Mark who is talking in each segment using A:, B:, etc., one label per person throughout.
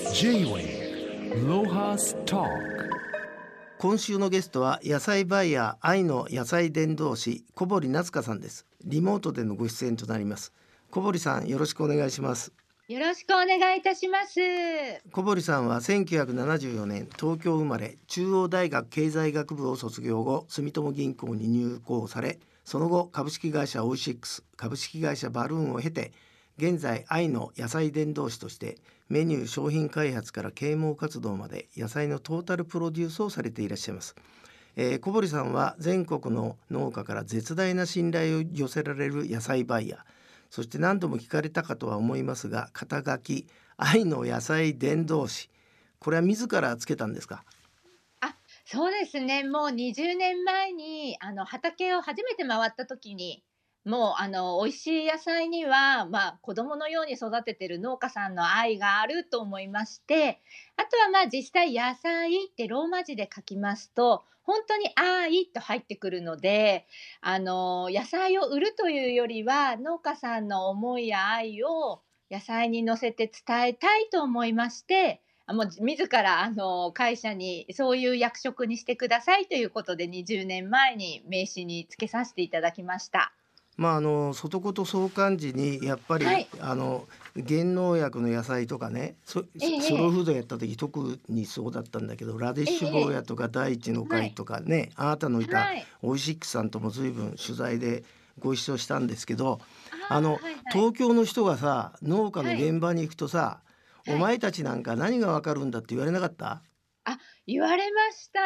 A: J-Way Lohas Talk。
B: 今週のゲストは野菜バイヤー愛の野菜伝道師小堀夏香さんです。リモートでのご出演となります。小堀さん、よろしくお願いします。
C: よろしくお願いいたします。
B: 小堀さんは1974年東京生まれ、中央大学経済学部を卒業後住友銀行に入行され、その後株式会社オイシックス、株式会社バルーンを経て、現在愛の野菜伝道師としてメニュー商品開発から啓蒙活動まで野菜のトータルプロデュースをされていらっしゃいます。小堀さんは全国の農家から絶大な信頼を寄せられる野菜バイヤー、そして何度も聞かれたかとは思いますが、肩書き愛の野菜伝道師、これは自らつけたんですか？
C: そうですね。もう20年前に畑を初めて回った時に、もう美味しい野菜には、子供のように育ててる農家さんの愛があると思いまして、あとは実際野菜ってローマ字で書きますと、本当に愛と入ってくるので、野菜を売るというよりは農家さんの思いや愛を野菜に乗せて伝えたいと思いまして、もう自ら会社にそういう役職にしてくださいということで20年前に名刺につけさせていただきました。
B: 外子と相関時にやっぱり、
C: はい。
B: 原農薬の野菜とかね、ソ
C: ええええ
B: ソロフードやった時特にそうだったんだけど、ラディッシュ坊やとか第一の会とかね、あなたのいた
C: はい。
B: オイシックスさんとも随分取材でご一緒したんですけど、
C: はいはい。
B: 東京の人がさ、農家の
C: はい。
B: 現場に行くとさ、お
C: はい。
B: 前たちなんか何がわかるんだって言われなかった？
C: あ、言われました。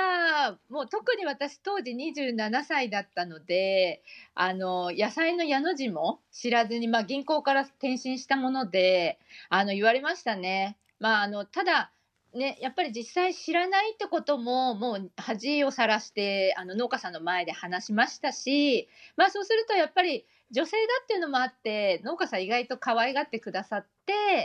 C: もう特に私当時27歳だったので、野菜の矢の字も知らずに、銀行から転身したもので、言われましたね。ただ、ね、やっぱり実際知らないってことも、もう恥をさらして、農家さんの前で話しましたし、そうするとやっぱり女性だっていうのもあって、農家さん意外と可愛がってくださって、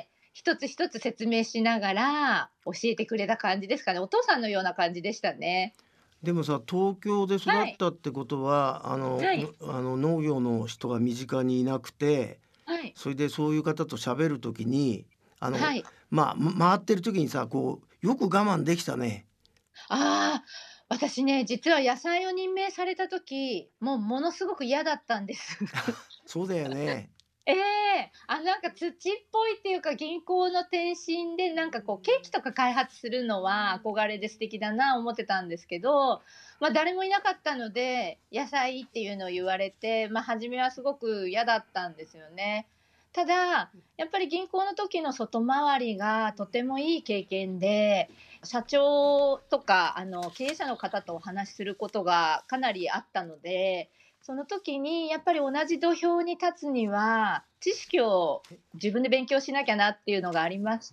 C: 一つ一つ説明しながら教えてくれた感じですかね。お父さんのような感じでしたね。
B: でもさ、東京で育っ
C: はい。
B: たってことは
C: はい。
B: 農業の人が身近にいなくて、
C: はい。
B: それでそういう方と喋るときにあの、
C: はい。
B: 回ってる時にさ、こうよく我慢できたね。
C: ああ、私ね、実は野菜を任命された時、もうものすごく嫌だったんです。
B: そうだよね。
C: ええ、なんか土っぽいっていうか、銀行の転身でなんかこうケーキとか開発するのは憧れで素敵だな思ってたんですけど、誰もいなかったので、野菜っていうのを言われて、初めはすごく嫌だったんですよね。ただ、やっぱり銀行の時の外回りがとてもいい経験で、社長とか経営者の方とお話しすることがかなりあったので、その時にやっぱり同じ土俵に立つには、知識を自分で勉強しなきゃなっていうのがありまして、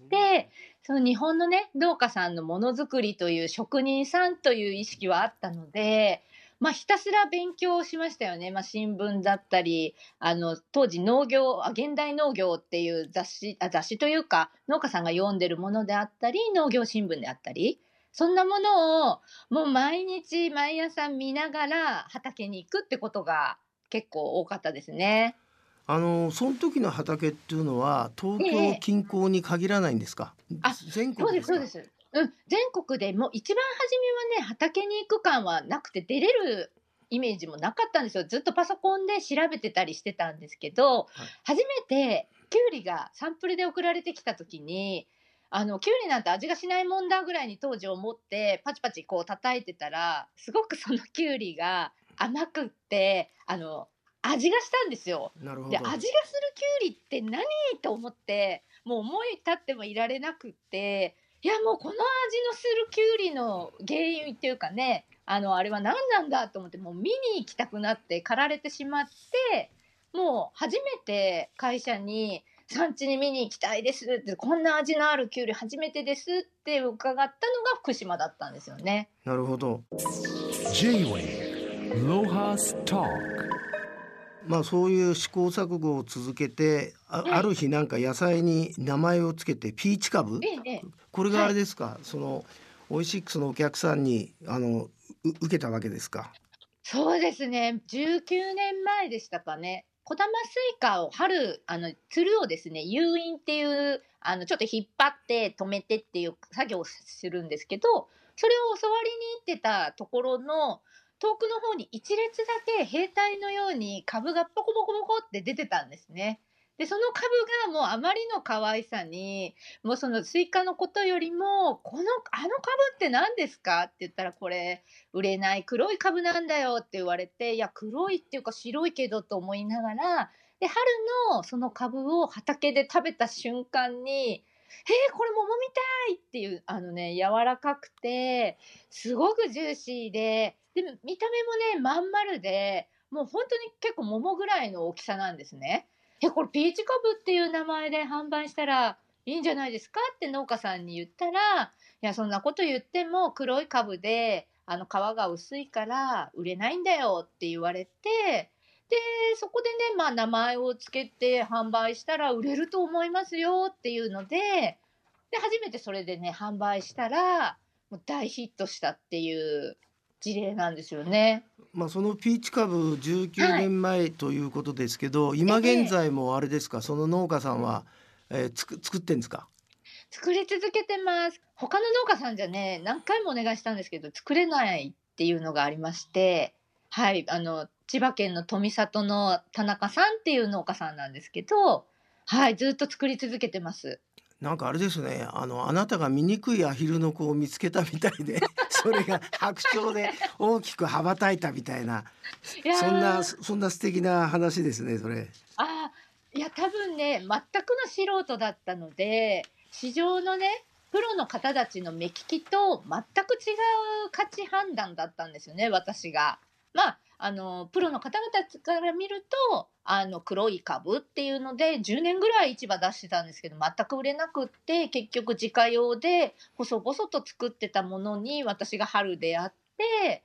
C: その日本のね、農家さんのものづくりという職人さんという意識はあったので、ひたすら勉強をしましたよね。新聞だったり、当時現代農業っていう雑誌というか、農家さんが読んでるものであったり、農業新聞であったり、そんなものをもう毎日毎朝見ながら畑に行くってことが結構多かったですね。
B: その時の畑っていうのは東
C: ええええ。
B: 京近郊に限らないんですか？
C: あ、
B: 全
C: そう
B: 国ですか？
C: ですそうです。うん、全国でもう一番初めはね、畑に行く感はなくて、出れるイメージもなかったんですよ。ずっとパソコンで調べてたりしてたんですけど、
B: はい。
C: 初めてキュウリがサンプルで送られてきた時に、キュウリなんて味がしないもんだぐらいに当時思って、パチパチこう叩いてたら、すごくそのキュウリが甘くって、味がしたんですよ。で、
B: なるほど。
C: 味がするキュウリって何と思って、もう思い立ってもいられなくって、いやもうこの味のするキュウリの原因っていうかね、あれは何なんだと思って、もう見に行きたくなって駆られてしまって、もう初めて会社に産地に見に行きたいですって、こんな味のあるキュウリ初めてですって伺ったのが福島だったんですよね。
B: なるほど。
A: J-Way Lohas Talk。
B: そういう試行錯誤を続けて、
C: はい。
B: ある日なんか野菜に名前をつけてピーチ株、
C: ええええ。
B: これがあ
C: はい。
B: れですか、そのオイシックスのお客さんに受けたわけですか？
C: そうですね、19年前でしたかね。小玉スイカをつるをですね、誘引っていうちょっと引っ張って止めてっていう作業をするんですけど、それを教わりに行ってたところの遠くの方に一列だけ兵隊のように株がポコポコポコって出てたんですね。で、その株がもうあまりの可愛さに、もうそのスイカのことよりも、あの株って何ですかって言ったら、これ、売れない黒い株なんだよって言われて、いや、黒いっていうか白いけどと思いながら、で、春のその株を畑で食べた瞬間に、これ桃みたいっていう、柔らかくて、すごくジューシーで見た目もね、まん丸で、もう本当に結構桃ぐらいの大きさなんですね。これピーチカブっていう名前で販売したらいいんじゃないですかって農家さんに言ったら、いや、そんなこと言っても黒いカブで、皮が薄いから売れないんだよって言われて、で、そこでね、名前をつけて販売したら売れると思いますよっていうので、初めてそれでね、販売したら、もう大ヒットしたっていう事例なんですよね。
B: そのピーチ株19
C: はい。
B: 年前ということですけど、今現
C: ええ。
B: 在もあれですか、その農家さんは、作ってんですか？
C: 作り続けてます。他の農家さんじゃね、何回もお願いしたんですけど、作れないっていうのがありまして、はい、千葉県の富里の田中さんっていう農家さんなんですけど、はい、ずっと作り続けてます。
B: なんかあれですね、あなたが醜いアヒルの子を見つけたみたいでそれが白鳥で大きく羽ばたいたみたいな、
C: いやー、
B: そんな素敵な話ですね、それ。
C: あいや、多分ね、全くの素人だったので、市場のね、プロの方たちの目利きと全く違う価値判断だったんですよね、私が。プロの方々から見ると、黒い株っていうので、10年ぐらい市場出してたんですけど、全く売れなくって、結局自家用で細々と作ってたものに私が春出会って、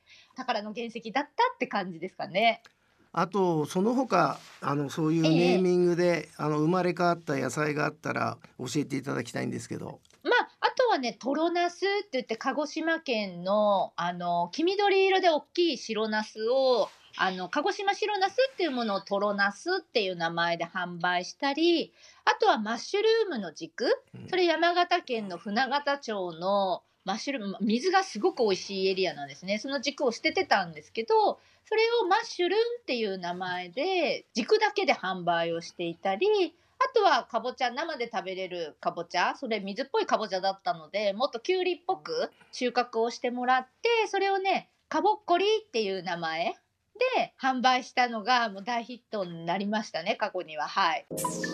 C: 宝の原石だったって感じですかね。
B: あとその他そういうネー
C: ええええ。
B: ミングで生まれ変わった野菜があったら教えていただきたいんですけど。
C: あとはね、トロナスって言って、鹿児島県の、黄緑色で大きい白ナスを、鹿児島白ナスっていうものをトロナスっていう名前で販売したり、あとはマッシュルームの軸、
B: うん、
C: それ山形県の船形町のマッシュルーム、水がすごく美味しいエリアなんですね。その軸を捨ててたんですけど、それをマッシュルーンっていう名前で、軸だけで販売をしていたり、あとはかぼちゃ、生で食べれるかぼちゃ、それ水っぽいかぼちゃだったので、もっときゅうりっぽく収穫をしてもらって、それをね、かぼっこりっていう名前で販売したのがもう大ヒットになりましたね、過去には。はい。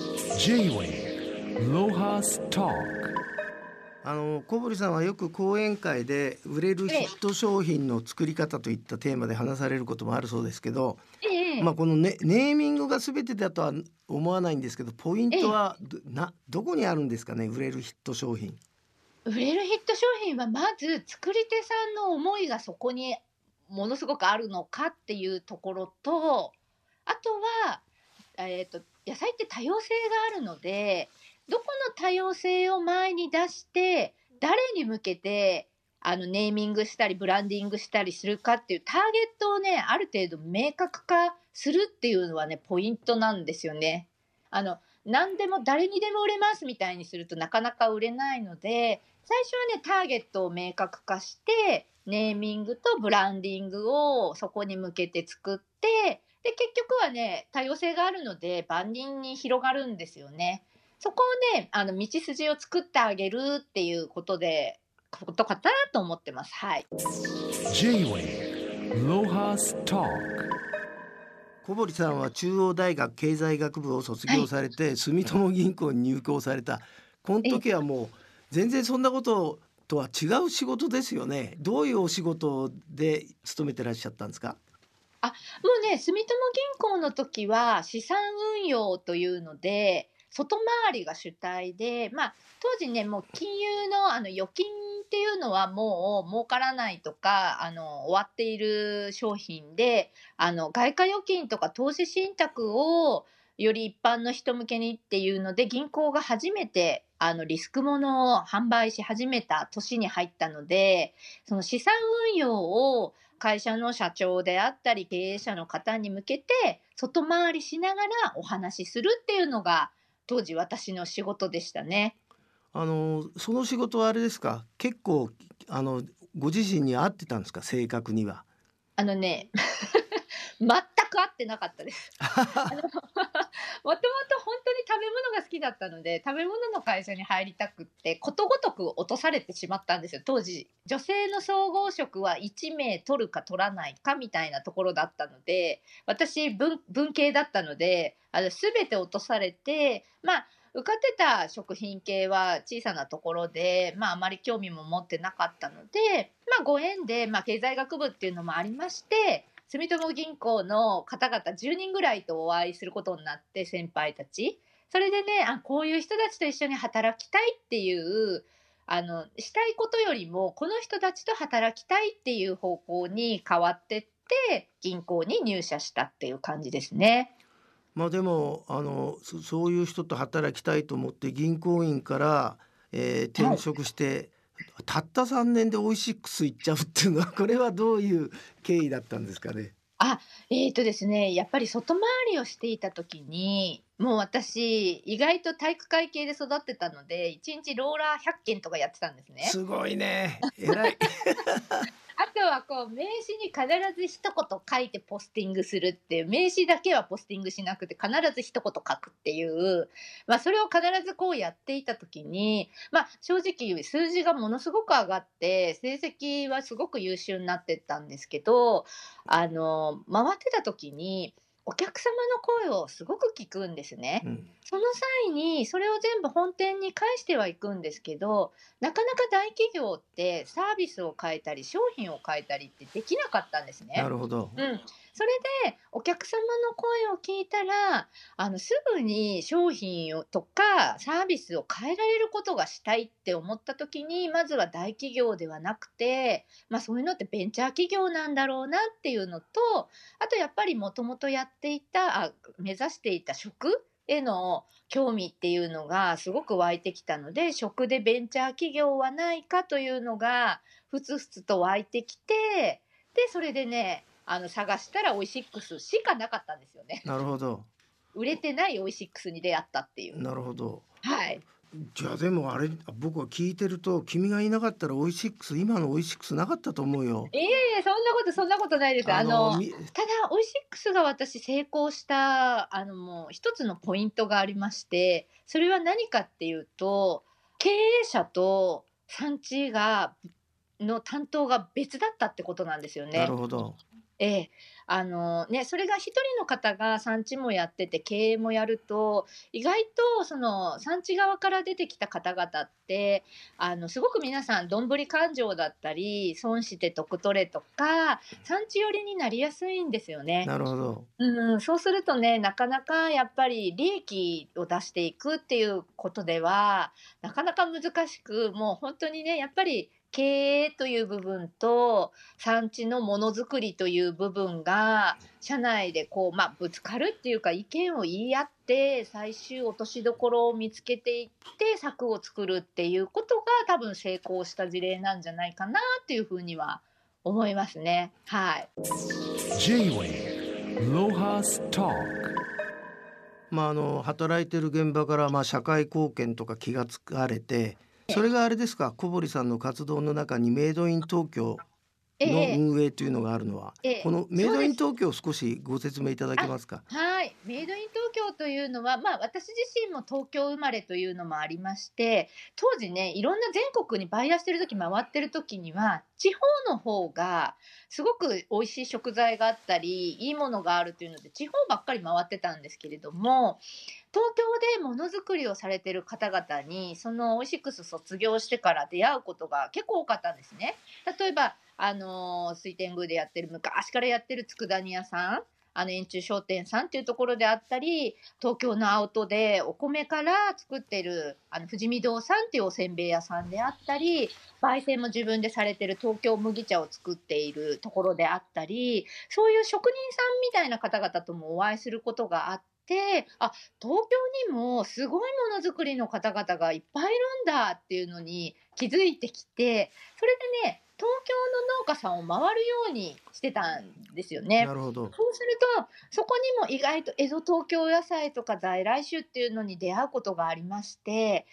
A: J-Way Rojas Talk
B: 小堀さんはよく講演会で売れる
C: ええ、
B: ヒット商品の作り方といったテーマで話されることもあるそうですけど、
C: ええ、ええ、
B: このネーミングが全てだとは思わないんですけど、ポイントはどこにあるんですかね、売れるヒット商品。
C: 売れるヒット商品はまず作り手さんの思いがそこにものすごくあるのかっていうところと、あとは野菜って多様性があるので、どこの多様性を前に出して、誰に向けて、ネーミングしたり、ブランディングしたりするかっていうターゲットをね、ある程度明確化するっていうのはね、ポイントなんですよね。何でも誰にでも売れますみたいにするとなかなか売れないので、最初はね、ターゲットを明確化して、ネーミングとブランディングをそこに向けて作って、で、結局はね、多様性があるので、万人に広がるんですよね。そこをね、道筋を作ってあげるっていうことかなと思ってます。はい。
A: J-Way Rojas Talk
B: 小堀さんは中央大学経済学部を卒
C: はい。
B: 業されて住友銀行に入行された。この
C: え、
B: 時はもう全然そんなこととは違う仕事ですよね。どういうお仕事で勤めてらっしゃったんですか？
C: もうね、住友銀行の時は資産運用というので、外回りが主体で、当時ね、もう金融の預金っていうのはもう儲からないとか、終わっている商品で、外貨預金とか投資信託をより一般の人向けにっていうので、銀行が初めてリスクものを販売し始めた年に入ったので、その資産運用を会社の社長であったり経営者の方に向けて外回りしながらお話しするっていうのが当時私の仕事でしたね。
B: その仕事はあれですか、結構ご自身に合ってたんですか、性格には。
C: あのね全く合ってなかったです。もともと本当に食べ物が好きだったので、食べ物の会社に入りたくって、ことごとく落とされてしまったんですよ。当時、女性の総合職は1名取るか取らないかみたいなところだったので、私文系だったので、全て落とされて、受かってた食品系は小さなところで、あまり興味も持ってなかったので、ご縁で、経済学部っていうのもありまして、住友銀行の方々10人ぐらいとお会いすることになって、先輩たち。それでね、こういう人たちと一緒に働きたいっていう、したいことよりも、この人たちと働きたいっていう方向に変わってって、銀行に入社したっていう感じですね。
B: でもそういう人と働きたいと思って銀行員から、転
C: はい。
B: 職してたった3年でオイシックス行っちゃうっていうのはこれはどういう経緯だったんですかね。
C: あ、ですね、やっぱり外回りをしていた時に、もう私、意外と体育会系で育ってたので、1日ローラー100件とかやってたんですね。
B: すごいね、偉い。
C: あとはこう名刺に必ず一言書いてポスティングするっていう、名刺だけはポスティングしなくて必ず一言書くっていう、それを必ずこうやっていた時に、正直数字がものすごく上がって成績はすごく優秀になってったんですけど、回ってた時にお客様の声をすごく聞くんですね。
B: うん、
C: その際にそれを全部本店に返してはいくんですけど、なかなか大企業ってサービスを変えたり商品を変えたりってできなかったんですね。
B: なるほど。
C: それでお客様の声を聞いたら、すぐに商品をとかサービスを変えられることがしたいって思った時に、まずは大企業ではなくて、そういうのってベンチャー企業なんだろうなっていうのと、あとやっぱりもともとやっていた目指していた職への興味っていうのがすごく湧いてきたので、食でベンチャー企業はないかというのがふつふつと湧いてきて、で、それでね、探したらオイシックスしかなかったんですよね。
B: なるほど。
C: 売れてないオイシックスに出会ったっていう。
B: なるほど。
C: はい。
B: じゃあでもあれ、僕は聞いてると君がいなかったらオイシックス、今のオイシックスなかったと思うよ。
C: いえいえ、そんなことないです。
B: あのみ
C: ただ、オイシックスが私成功した、もう一つのポイントがありまして、それは何かっていうと、経営者と産地の担当が別だったってことなんですよ
B: なる
C: ね。
B: ほど。
C: ええ、それが一人の方が産地もやってて、経営もやると、意外とその産地側から出てきた方々って、すごく皆さんどんぶり勘定だったり、損して得取れとか、産地寄りになりやすいんですよね。
B: なるほど。
C: そうするとね、なかなかやっぱり利益を出していくっていうことでは、なかなか難しく、もう本当にね、やっぱり経営という部分と、産地のものづくりという部分が、社内でこう、ぶつかるっていうか、意見を言い合って、最終落としどころを見つけていって、策を作るっていうことが、多分成功した事例なんじゃないかなっていうふうには思いますね。はい。
A: J-Way Lohas Talk
B: 働いてる現場から、社会貢献とか気がつかれて、それがあれですか、小堀さんの活動の中にメイドイン東京の
C: ええ
B: 運営というのがあるのは、このメイドイン
C: そうです。
B: 東京を少しご説明いただけますか。
C: はい。メイドイン東京というのは、私自身も東京生まれというのもありまして、当時ね、いろんな全国にバイヤーしてる時、回ってる時には、地方の方がすごく美味しい食材があったり、いいものがあるというので、地方ばっかり回ってたんですけれども、東京でものづくりをされてる方々に、そのオイシックス卒業してから出会うことが結構多かったんですね。例えば、水天宮でやってる、昔からやってる佃煮屋さん、円柱商店さんっていうところであったり、東京の青戸でお米から作ってる、富士見堂さんっていうおせんべい屋さんであったり、焙煎も自分でされてる東京麦茶を作っているところであったり、そういう職人さんみたいな方々ともお会いすることがあって、東京にもすごいものづくりの方々がいっぱいいるんだっていうのに気づいてきて、それでね、東京の農家さんを回るようにしてたんですよね。
B: なるほど。
C: そうすると、そこにも意外と江戸東京野菜とか在来種っていうのに出会うことがありまして、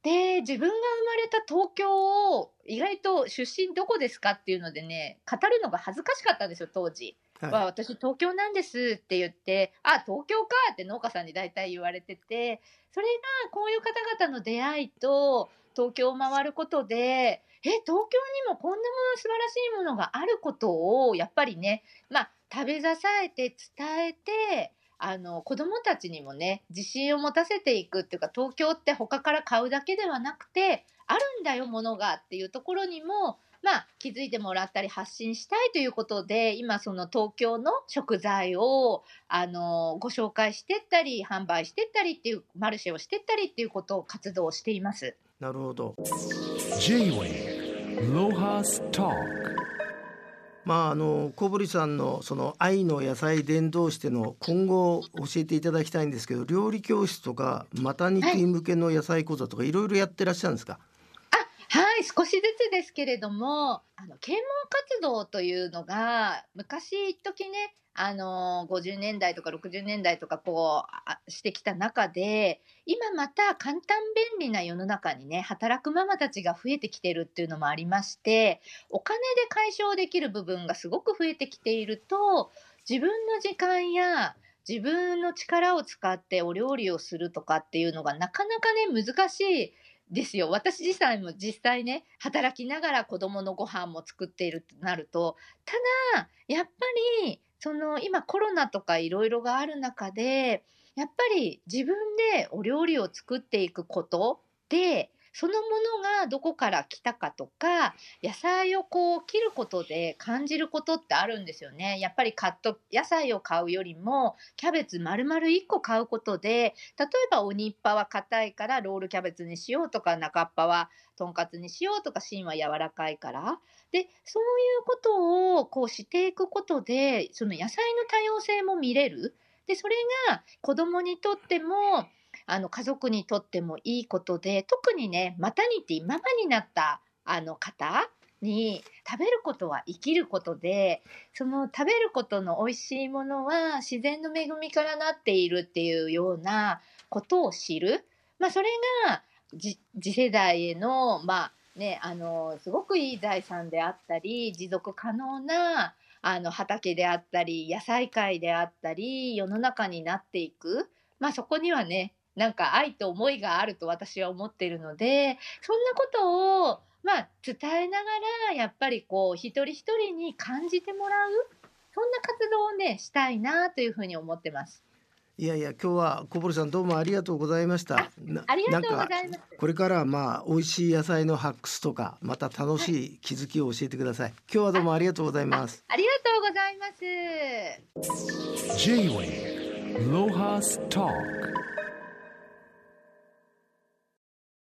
C: で、自分が生まれた東京を意外と出身どこですかっていうのでね、語るのが恥ずかしかったんですよ、当時。私東京なんですって言って、あ、東京かって農家さんに大体言われてて、それがこういう方々の出会いと東京を回ることで、東京にもこんな素晴らしいものがあることをやっぱりね、食べ支えて伝えて、子どもたちにもね、自信を持たせていくっていうか、東京って他から買うだけではなくて、あるんだよ、ものがっていうところにも、気づいてもらったり発信したいということで、今その東京の食材を、ご紹介してったり、販売してったりっていう、マルシェをしてったりっていうことを活動しています。
B: なるほど。
A: J-Way ロハストーク。
B: 小堀さんのその愛の野菜伝道師での今後教えていただきたいんですけど、料理教室とかマタニティ向けの野菜講座とかいろいろやってらっしゃるんですか？
C: はい、少しずつですけれども、啓蒙活動というのが、昔一時ね、50年代とか60年代とかしてきた中で、今また簡単便利な世の中にね、働くママたちが増えてきてるっていうのもありまして、お金で解消できる部分がすごく増えてきていると、自分の時間や自分の力を使ってお料理をするとかっていうのがなかなかね、難しいですよ。私自身も実際ね、働きながら子供のご飯も作っているとなると、ただ、やっぱり、今コロナとかいろいろがある中で、やっぱり自分でお料理を作っていくことで、そのものがどこから来たかとか、野菜を切ることで感じることってあるんですよね。やっぱり野菜を買うよりも、キャベツ丸々1個買うことで、例えば鬼っぱは硬いからロールキャベツにしようとか、中っぱはとんかつにしようとか、芯は柔らかいから。で、そういうことをしていくことで、その野菜の多様性も見れる。で、それが子供にとっても、家族にとってもいいことで、特にね、マタニティ、ママになった方に食べることは生きることで、その食べることの美味しいものは自然の恵みからなっているっていうようなことを知る。それが次世代への、すごくいい財産であったり、持続可能な畑であったり、野菜界であったり、世の中になっていく。そこにはね、なんか愛と思いがあると私は思っているので、そんなことを伝えながら、やっぱり一人一人に感じてもらう、そんな活動をね、したいなというふうに思ってます。
B: いやいや、今日は小堀さんどうもありがとうございました。
C: ありがとうございます。
B: これからは美味しい野菜の発掘とか、また楽しい気づきを教えてください。今日はどうもありがとうございます。
C: ありがとうございます。
A: J-Way ロハストーク。